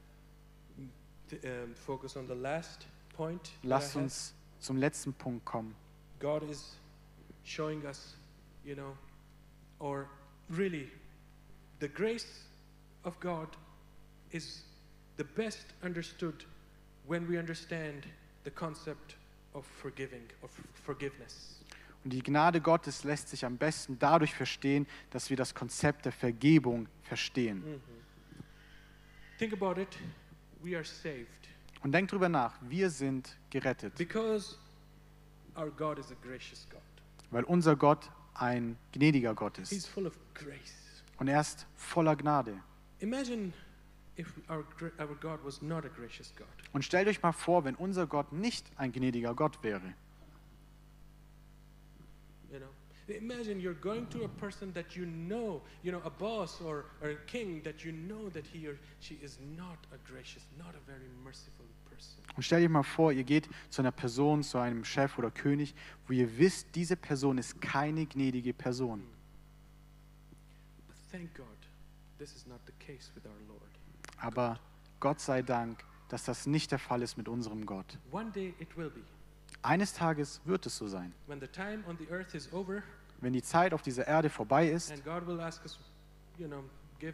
focus on the last point. that I Lasst have. uns zum letzten Punkt kommen. God is showing us, or really, the grace of God is the best understood when we understand the concept of forgiveness. Und die Gnade Gottes lässt sich am besten dadurch verstehen, dass wir das Konzept der Vergebung verstehen. Think about it, we are saved Und denk drüber nach, wir sind gerettet, because our God is a gracious God. weil unser Gott ein gnädiger Gott He's ist. full of grace. Und er ist voller Gnade. Imagine if our God was not a gracious God. Und stellt euch mal vor, wenn unser Gott nicht ein gnädiger Gott wäre. Imagine you're going to a person that a boss or a king that you know that he or she is not a gracious, not a very merciful person. Und stellt euch mal vor, ihr geht zu einer Person, zu einem Chef oder König, wo ihr wisst, diese Person ist keine gnädige Person. But thank God, this is not the case with our Lord. Aber Gott sei Dank, dass das nicht der Fall ist mit unserem Gott. One day it will be. Eines Tages wird es so sein. When the time on the earth is over, Wenn die Zeit auf dieser Erde vorbei ist and God will ask us, give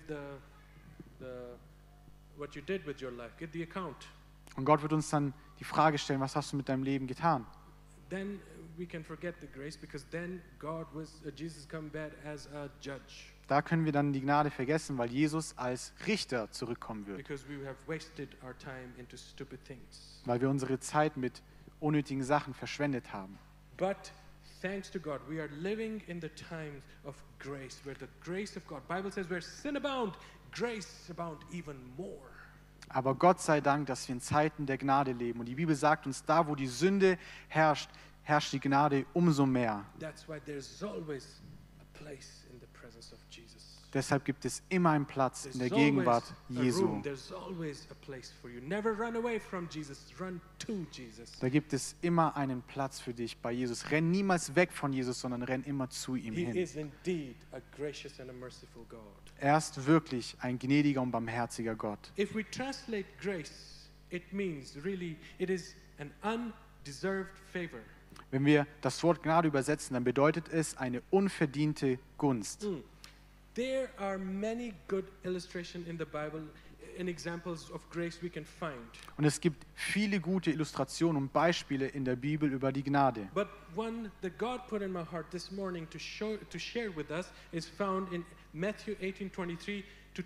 what you did with your life, give the account. und Gott wird uns dann die Frage stellen, was hast du mit deinem Leben getan? Then we can forget the grace because then Jesus come back as a judge Da können wir dann die Gnade vergessen, weil Jesus als Richter zurückkommen wird. because we have wasted our time into stupid things. Weil wir unsere Zeit mit unnötigen Sachen verschwendet haben. But thanks to God, we are living in the times of grace, where the grace of God, Bible says, where sin abound, grace abound even more. Aber Gott sei Dank, dass wir in Zeiten der Gnade leben. Und die Bibel sagt uns, da wo die Sünde herrscht, herrscht die Gnade umso mehr. That's why there's always a place in the presence of Jesus. Deshalb gibt es immer einen Platz in der There's always Gegenwart a Jesu. room, there's always a place for you. Never run away from Jesus, run to Jesus. Da gibt es immer einen Platz für dich bei Jesus. Renn niemals weg von Jesus, sondern renn immer zu ihm He hin. is indeed a gracious and a merciful God. Er ist wirklich ein gnädiger und barmherziger Gott. If we translate grace, it means really it is an undeserved favor. Wenn wir das Wort Gnade übersetzen, dann bedeutet es eine unverdiente Gunst. There are many good illustrations in the Bible and examples of grace we can find. Und es gibt viele gute Illustrationen und Beispiele in der Bibel über die Gnade. But one that God put in my heart this morning to share with us is found in Matthew 18:23 to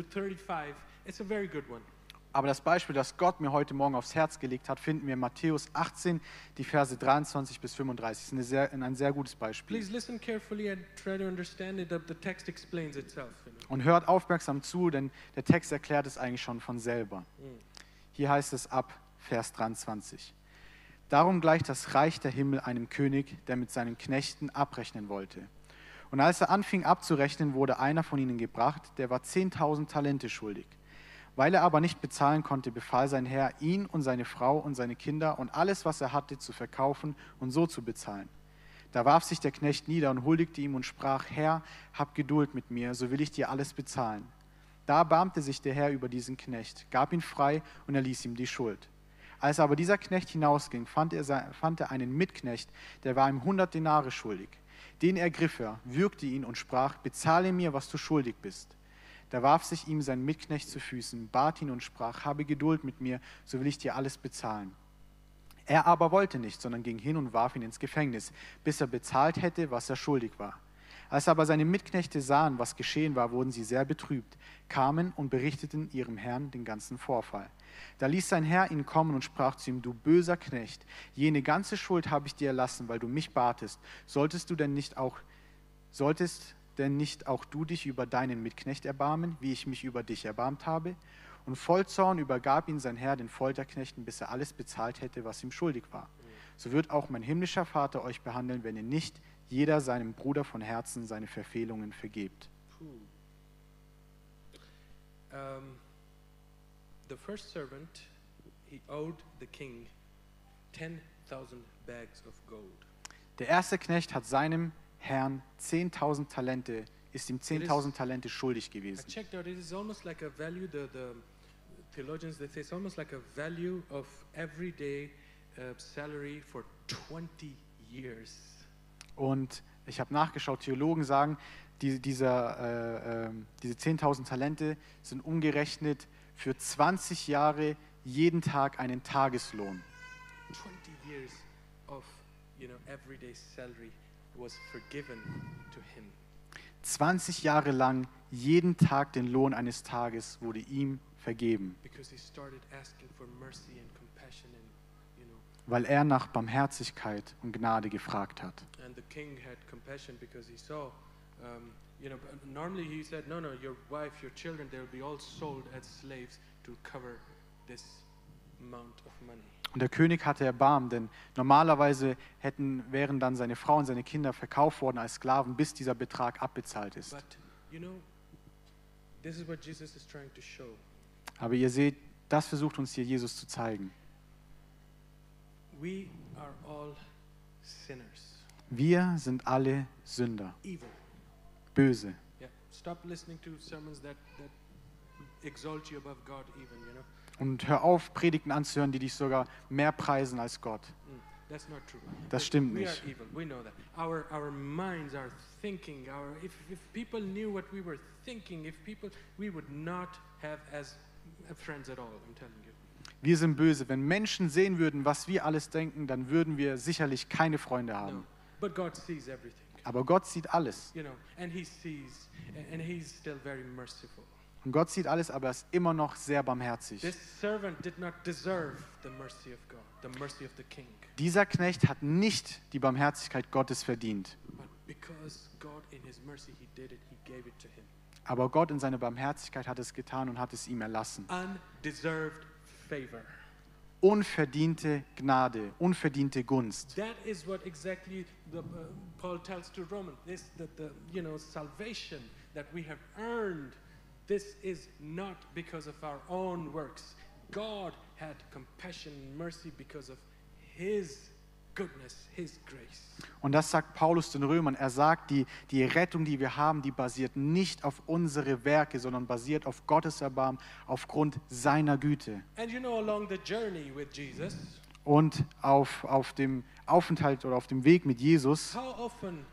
35. It's a very good one. Aber das Beispiel, das Gott mir heute Morgen aufs Herz gelegt hat, finden wir in Matthäus 18, die Verse 23 bis 35. Das ist ein sehr gutes Beispiel. Please listen carefully and try to understand it. The text explains itself. Und hört aufmerksam zu, denn der Text erklärt es eigentlich schon von selber. Hier heißt es ab Vers 23. Darum gleicht das Reich der Himmel einem König, der mit seinen Knechten abrechnen wollte. Und als er anfing abzurechnen, wurde einer von ihnen gebracht, der war 10.000 Talente schuldig. Weil er aber nicht bezahlen konnte, befahl sein Herr, ihn und seine Frau und seine Kinder und alles, was er hatte, zu verkaufen und so zu bezahlen. Da warf sich der Knecht nieder und huldigte ihm und sprach, Herr, hab Geduld mit mir, so will ich dir alles bezahlen. Da erbarmte sich der Herr über diesen Knecht, gab ihn frei und erließ ihm die Schuld. Als aber dieser Knecht hinausging, fand er einen Mitknecht, der war ihm 100 Denare schuldig. Den ergriff er, würgte ihn und sprach, bezahle mir, was du schuldig bist. Da warf sich ihm sein Mitknecht zu Füßen, bat ihn und sprach, habe Geduld mit mir, so will ich dir alles bezahlen. Er aber wollte nicht, sondern ging hin und warf ihn ins Gefängnis, bis er bezahlt hätte, was er schuldig war. Als aber seine Mitknechte sahen, was geschehen war, wurden sie sehr betrübt, kamen und berichteten ihrem Herrn den ganzen Vorfall. Da ließ sein Herr ihn kommen und sprach zu ihm, du böser Knecht, jene ganze Schuld habe ich dir erlassen, weil du mich batest. Solltest denn nicht auch du dich über deinen Mitknecht erbarmen, wie ich mich über dich erbarmt habe? Und voll Zorn übergab ihn sein Herr den Folterknechten, bis er alles bezahlt hätte, was ihm schuldig war. So wird auch mein himmlischer Vater euch behandeln, wenn ihr nicht jeder seinem Bruder von Herzen seine Verfehlungen vergebt. The first servant, he owed the king 10,000 bags of gold. Der erste Knecht hat seinem Herrn 10.000 Talente, ist ihm 10.000 Talente schuldig I gewesen. checked out, it is almost like a value, the theologians, they say it's almost like a value of everyday salary for 20 years. Und ich habe nachgeschaut, Theologen sagen, diese 10.000 Talente sind umgerechnet für 20 Jahre jeden Tag einen Tageslohn. 20 years of, everyday salary was forgiven to him. 20 Jahre lang, jeden Tag den Lohn eines Tages wurde ihm vergeben, Because he started asking for mercy and compassion and, weil er nach Barmherzigkeit und Gnade gefragt hat. and the king had compassion because he saw, normally he said, no, your wife, your children, they'll be all sold as slaves to cover this amount of money. Und der König hatte Erbarmen, denn normalerweise wären dann seine Frau und seine Kinder verkauft worden als Sklaven, bis dieser Betrag abbezahlt ist. But, this is what Jesus is trying to show. Aber ihr seht, das versucht uns hier Jesus zu zeigen. We are all sinners, Wir sind alle Sünder, evil. böse. Yeah. Stop listening to sermons that exalt you above God even, Und hör auf, Predigten anzuhören, die dich sogar mehr preisen als Gott. That's not true. Das stimmt We are nicht. evil. We know that. Our minds are thinking. If people knew what we were thinking, we would not have as friends at all. I'm telling you. Wir sind böse. Wenn Menschen sehen würden, was wir alles denken, dann würden wir sicherlich keine Freunde No, haben. but God sees everything. Aber Gott sieht alles. And He sees, and He's still very merciful. Und Gott sieht alles, aber er ist immer noch sehr barmherzig. This servant did not deserve the mercy of God, the mercy of the King. Dieser Knecht hat nicht die Barmherzigkeit Gottes verdient. But because God in His mercy, He did it, He gave it to him. Aber Gott in seiner Barmherzigkeit hat es getan und hat es ihm erlassen. Undeserved favor. Unverdiente Gnade, unverdiente Gunst. That is what exactly Paul tells to Romans. The salvation that we have earned, this is not because of our own works. God had compassion and mercy because of His goodness, His grace. Und das sagt Paulus den Römern. Er sagt, die Rettung, die wir haben, die basiert nicht auf unsere Werke, sondern basiert auf Gottes Erbarmen, aufgrund seiner Güte. And along the journey with Jesus, Und auf dem Aufenthalt oder auf dem Weg mit Jesus, how often,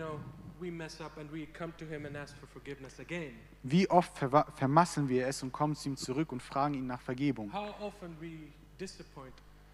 we mess up and we come to Him and ask for forgiveness again. wie oft vermasseln wir es und kommen zu ihm zurück und fragen ihn nach Vergebung. How often we disappoint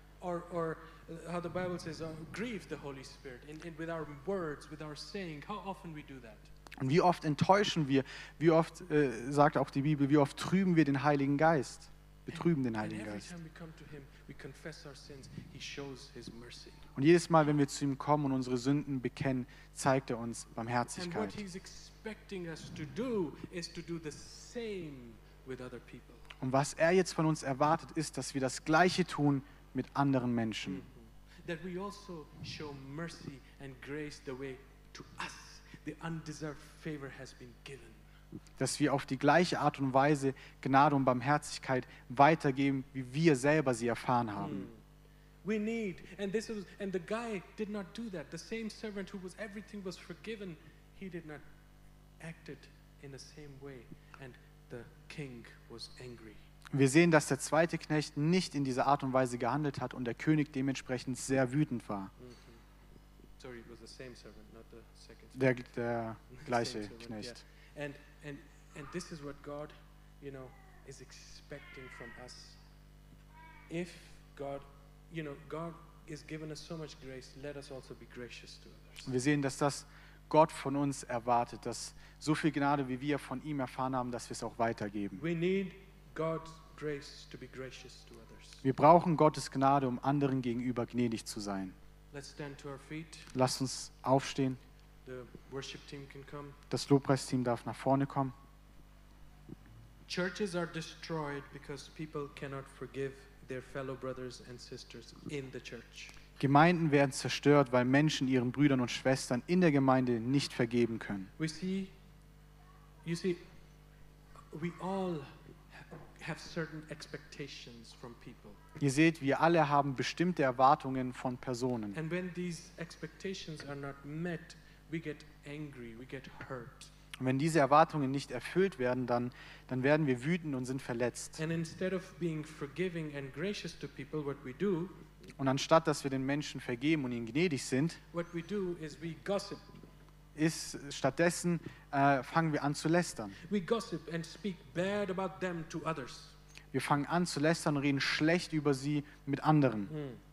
or how the Bible says, grieve the Holy Spirit with our words, with our saying. How often we do that? Und wie oft enttäuschen wir, wie oft, sagt auch die Bibel, wie oft trüben wir den Heiligen Geist, betrüben den And Heiligen every Geist. time we come to Him, we confess our sins. He shows His mercy. Und jedes Mal, wenn wir zu ihm kommen und unsere Sünden bekennen, zeigt er uns And what Barmherzigkeit. He's expecting us to do is to do the same with other people. Und was er jetzt von uns erwartet, ist, dass wir das Gleiche tun mit anderen Menschen. That we also show mercy and grace the way to us the undeserved favor has been given. Dass wir auf die gleiche Art und Weise Gnade und Barmherzigkeit weitergeben, wie wir selber sie erfahren haben. We need, and the guy did not do that. The same servant everything was forgiven, he did not act it in the same way, and the king was angry. Wir sehen, dass der zweite Knecht nicht in dieser Art und Weise gehandelt hat und der König dementsprechend sehr wütend war. Sorry, it was the same servant, not the second. Der gleiche Same servant, Knecht. yeah. And this is what God, is expecting from us. If God, God is given us so much grace, let us also be gracious to others. Und wir sehen, dass das Gott von uns erwartet, dass so viel Gnade, wie wir von ihm erfahren haben, dass wir es auch weitergeben. We need God's grace to be gracious to others. Wir brauchen Gottes Gnade, um anderen gegenüber gnädig zu sein. Let's stand to our feet. Lasst uns aufstehen. The worship team can come. Das Lobpreisteam darf nach vorne kommen. Churches are destroyed because people cannot forgive their fellow brothers and sisters in the church. Gemeinden werden zerstört, weil Menschen ihren Brüdern und Schwestern in der Gemeinde nicht vergeben können. You see, we all have certain expectations from people. Ihr seht, wir alle haben bestimmte Erwartungen von Personen. And when these expectations are not met, we get angry, we get hurt. Und wenn diese Erwartungen nicht erfüllt werden, dann werden wir wütend und sind verletzt. And instead of being forgiving and gracious to people, what we do anstatt, dass wir den Menschen vergeben und ihnen gnädig sind, is we gossip. Stattdessen fangen wir an zu lästern. We gossip and speak bad about them to others. Wir fangen an zu lästern und reden schlecht über sie mit anderen.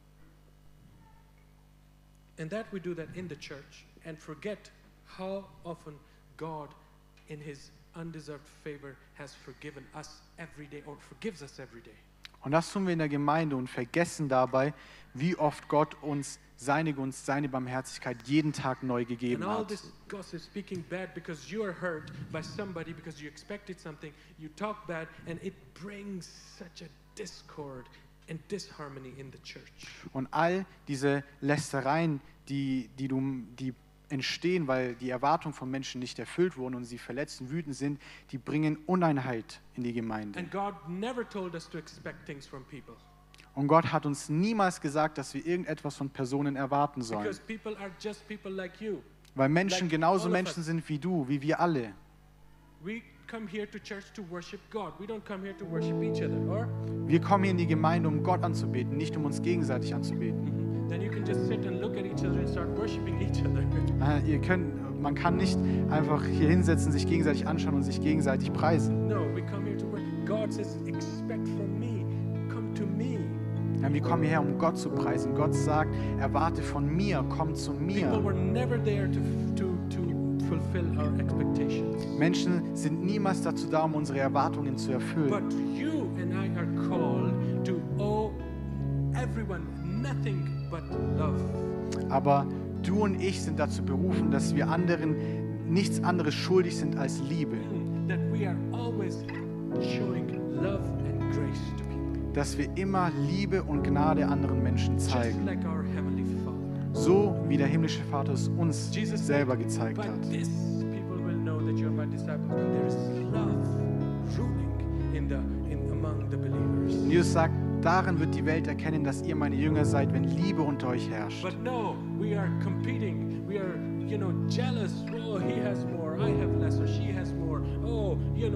And that we do that in the church and forget how often God in his undeserved favor has forgiven us every day or forgives us every day. Und das tun wir in der Gemeinde und vergessen dabei, wie oft Gott uns seine Gunst, seine Barmherzigkeit jeden Tag neu gegeben And all hat. this gossip, speaking bad because you are hurt by somebody because you expected something, you talk bad and it brings such a discord and disharmony in the church. Und all diese Lästereien, die entstehen, weil die Erwartungen von Menschen nicht erfüllt wurden und sie verletzt und wütend sind, die bringen Uneinheit in die Gemeinde. And God never told us to expect things from people. Und Gott hat uns niemals gesagt, dass wir irgendetwas von Personen erwarten sollen. Because people are just people like you. Weil Menschen Like genauso all of Menschen us. sind wie du, wie wir alle. We come here to church to worship God. We don't come here to worship each other, or? Wir kommen hier in die Gemeinde, um Gott anzubeten, nicht um uns gegenseitig anzubeten. Then you can just sit and look at each other and start worshiping each other. Man kann nicht einfach hier hinsetzen, sich gegenseitig anschauen und sich gegenseitig preisen. No, we come here to worship. God says, expect from me. Come to me. Ja, wir kommen hierher, um Gott zu preisen. Gott sagt, erwarte von mir, komm zu People mir. were never there to fulfill our expectations. Menschen sind niemals dazu da, um unsere Erwartungen zu erfüllen. But you and I are called to owe everyone nothing but love. Aber du und ich sind dazu berufen, dass wir anderen nichts anderes schuldig sind als Liebe. That we are always showing love and grace to people. Dass wir immer Liebe und Gnade anderen Menschen Just zeigen. like our Heavenly Father. So wie der himmlische Vater es uns Jesus selber said, gezeigt "By hat. this people will know that you are my disciples when there is love ruling among the believers." Und Jesus sagt, darin wird die Welt erkennen, dass ihr meine Jünger seid, wenn Liebe unter euch herrscht. But no, we are competing. We are, jealous. Oh, he has more. I have less. Or she has more. Oh,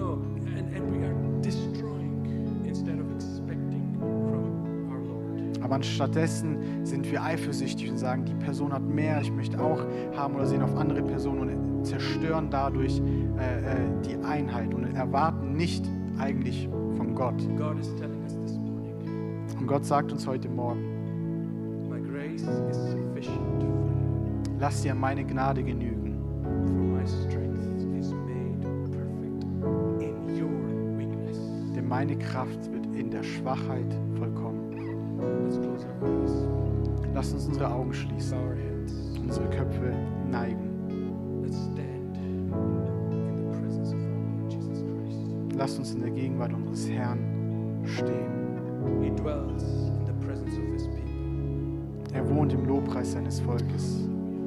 and we are destroying instead of expecting from our Lord. Aber anstattdessen sind wir eifersüchtig und sagen, die Person hat mehr, ich möchte auch haben, oder sehen auf andere Personen und zerstören dadurch die Einheit und erwarten nicht eigentlich von Gott. God is telling us this morning, Und Gott sagt uns heute Morgen, my grace is sufficient for you. lass dir meine Gnade genügen, For my strength is made perfect in your weakness. denn meine Kraft wird in der Schwachheit vollkommen. Let's close our eyes, Lass uns unsere Augen bow schließen, our heads. unsere Köpfe neigen. Let's stand in the presence of our Lord Jesus Christ. Lass uns in der Gegenwart unseres Herrn stehen. He dwells in the presence of his people. Er wohnt im Lobpreis seines Volkes.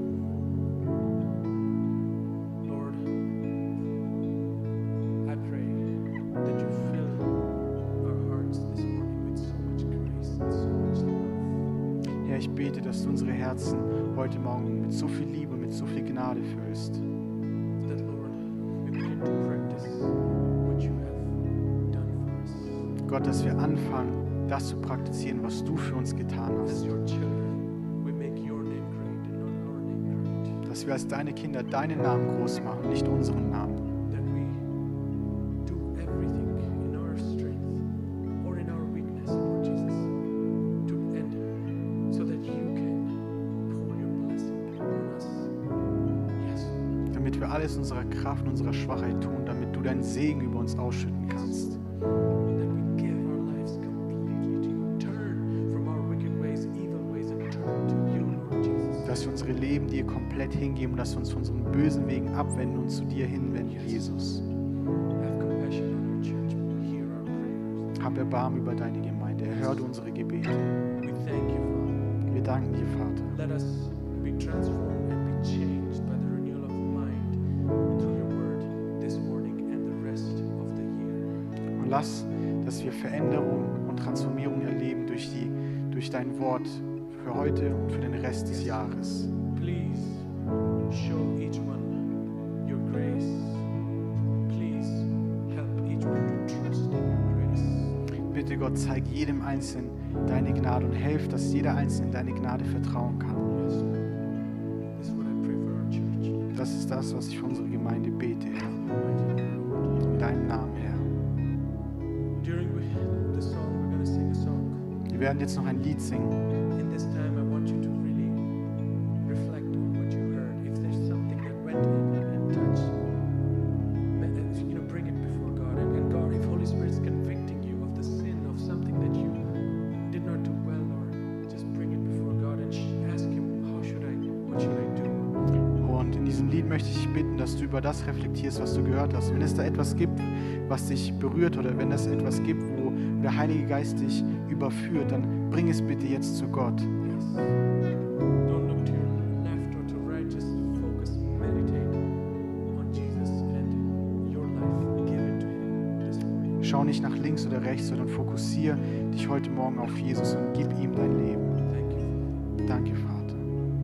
Lord, I pray that you fill our hearts this morning with so much grace and so much love. Herr, ich bete, dass du unsere Herzen heute Morgen mit so viel Liebe, mit so viel Gnade füllst. That, Lord, we begin to practice what you have done for us. Gott, dass wir anfangen, das zu praktizieren, was du für uns getan As hast. your children, we make your name great and not our name great. Dass wir als deine Kinder deinen Namen groß machen, nicht unseren Namen. That we do everything in our strength or in our weakness, Lord Jesus, to end so that you can pour your blessing upon us. Yes, Damit wir alles in unserer Kraft und unserer Schwachheit tun, damit du deinen Segen über uns ausschütten kannst. that we give our lives completely to you. Turn from our wicked ways, evil ways, and turn to you, Lord Jesus. Dass wir unsere Leben dir komplett hingeben und dass wir uns von unseren bösen Wegen abwenden und zu dir hinwenden, Jesus. Have compassion on your church. Hear our prayers. Hab Erbarmen über deine Gemeinde. Erhöre unsere Gebete. We thank you, Father. Wir danken dir, Vater. Let us be transformed and be changed by the renewal of mind through your word this morning and the rest of the year. Und lass, dass wir Veränderung und Transformierung erleben durch dein Wort für heute und für den Rest des Jahres. Please show each one your grace. Please help each one to trust in your grace. Bitte Gott, zeig jedem Einzelnen deine Gnade und helf, dass jeder Einzelne in deine Gnade vertrauen kann. Yes, Lord. This is what I pray for our church. Das ist das, was ich für unsere Gemeinde bete, Herr. In your mighty name, Lord. In deinem Namen, Herr. During the song, we're going to sing a song. Wir werden jetzt noch ein Lied singen. In this time, I want you to really reflect on what you heard. If there's something that went in and touched, bring it before God. And God, if Holy Spirit is convicting you of the sin of something that you did not do well, Lord, just bring it before God and ask Him, what should I do? Und in diesem Lied möchte ich dich bitten, dass du über das reflektierst, was du gehört hast. Wenn es da etwas gibt, was dich berührt oder wenn es etwas gibt, wo der Heilige Geist dich überführt, dann bring es bitte jetzt zu Gott. Yes. Don't look to your left or to right. Just focus, meditate on Jesus and your life. Give it to Him this morning. Schau nicht nach links oder rechts, sondern fokussiere dich heute Morgen auf Jesus und gib ihm dein Leben. Thank you. Danke, Vater.